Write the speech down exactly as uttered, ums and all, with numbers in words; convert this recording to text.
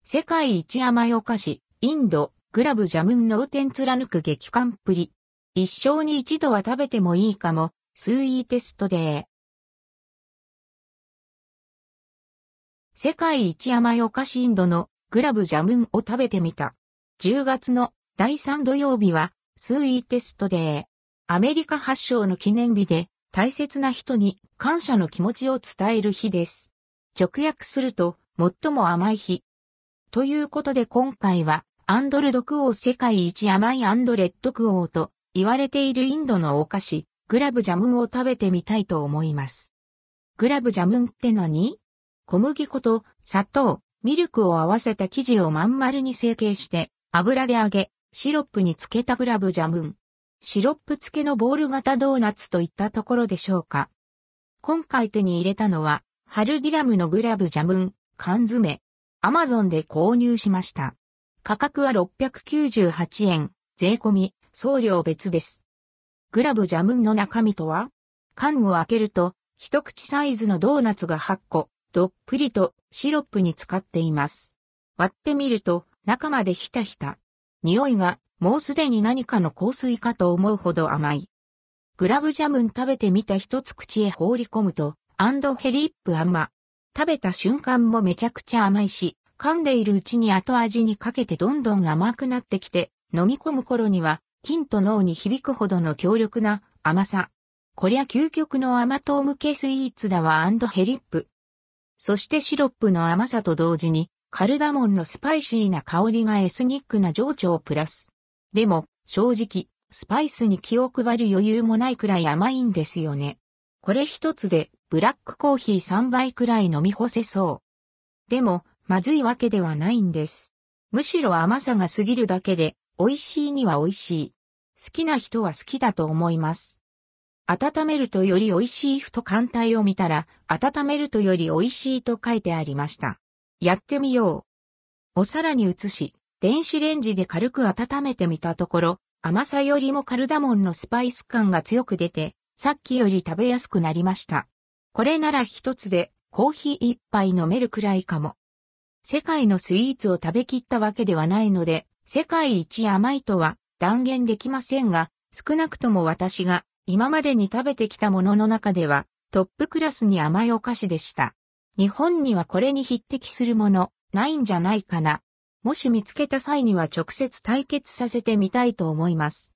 世界一甘いお菓子、インド、グラブジャムン脳天貫く激甘っぷり。一生に一度は食べてもいいかも、スイーテストデー。世界一甘いお菓子インドのグラブジャムンを食べてみた。じゅうがつのだいさん土曜日はスイーテストデー。アメリカ発祥の記念日で大切な人に感謝の気持ちを伝える日です。直訳すると最も甘い日。ということで今回はアンドルドクオー世界一甘いアンドレッドクオーと言われているインドのお菓子グラブジャムンを食べてみたいと思います。グラブジャムンって何？小麦粉と砂糖、ミルクを合わせた生地をまん丸に成形して油で揚げ、シロップにつけたグラブジャムン。シロップ付けのボール型ドーナツといったところでしょうか。今回手に入れたのはハルディラムのグラブジャムン、缶詰。アマゾンで購入しました。価格はろっぴゃくきゅうじゅうはちえん、税込み、送料別です。グラブジャムンの中身とは？缶を開けると一口サイズのドーナツがはっこ。どっぷりとシロップに浸かっています。割ってみると中までひたひた。匂いがもうすでに何かの香水かと思うほど甘い。グラブジャムン食べてみた一つ口へ放り込むと、アンドヘリップ甘。食べた瞬間もめちゃくちゃ甘いし、噛んでいるうちに後味にかけてどんどん甘くなってきて、飲み込む頃には筋と脳に響くほどの強力な甘さ。こりゃ究極の甘党向けスイーツだわアンドヘリップ。そしてシロップの甘さと同時にカルダモンのスパイシーな香りがエスニックな情緒をプラス。でも正直スパイスに気を配る余裕もないくらい甘いんですよね。これ一つでブラックコーヒーさんばいくらい飲み干せそう。でもまずいわけではないんです。むしろ甘さが過ぎるだけで美味しいには美味しい。好きな人は好きだと思います。温めるとより美味しい太艦隊を見たら、温めるとより美味しいと書いてありました。やってみよう。お皿に移し、電子レンジで軽く温めてみたところ、甘さよりもカルダモンのスパイス感が強く出て、さっきより食べやすくなりました。これなら一つでコーヒー一杯飲めるくらいかも。世界のスイーツを食べきったわけではないので、世界一甘いとは断言できませんが、少なくとも私が今までに食べてきたものの中ではトップクラスに甘いお菓子でした。日本にはこれに匹敵するものないんじゃないかな。もし見つけた際には直接対決させてみたいと思います。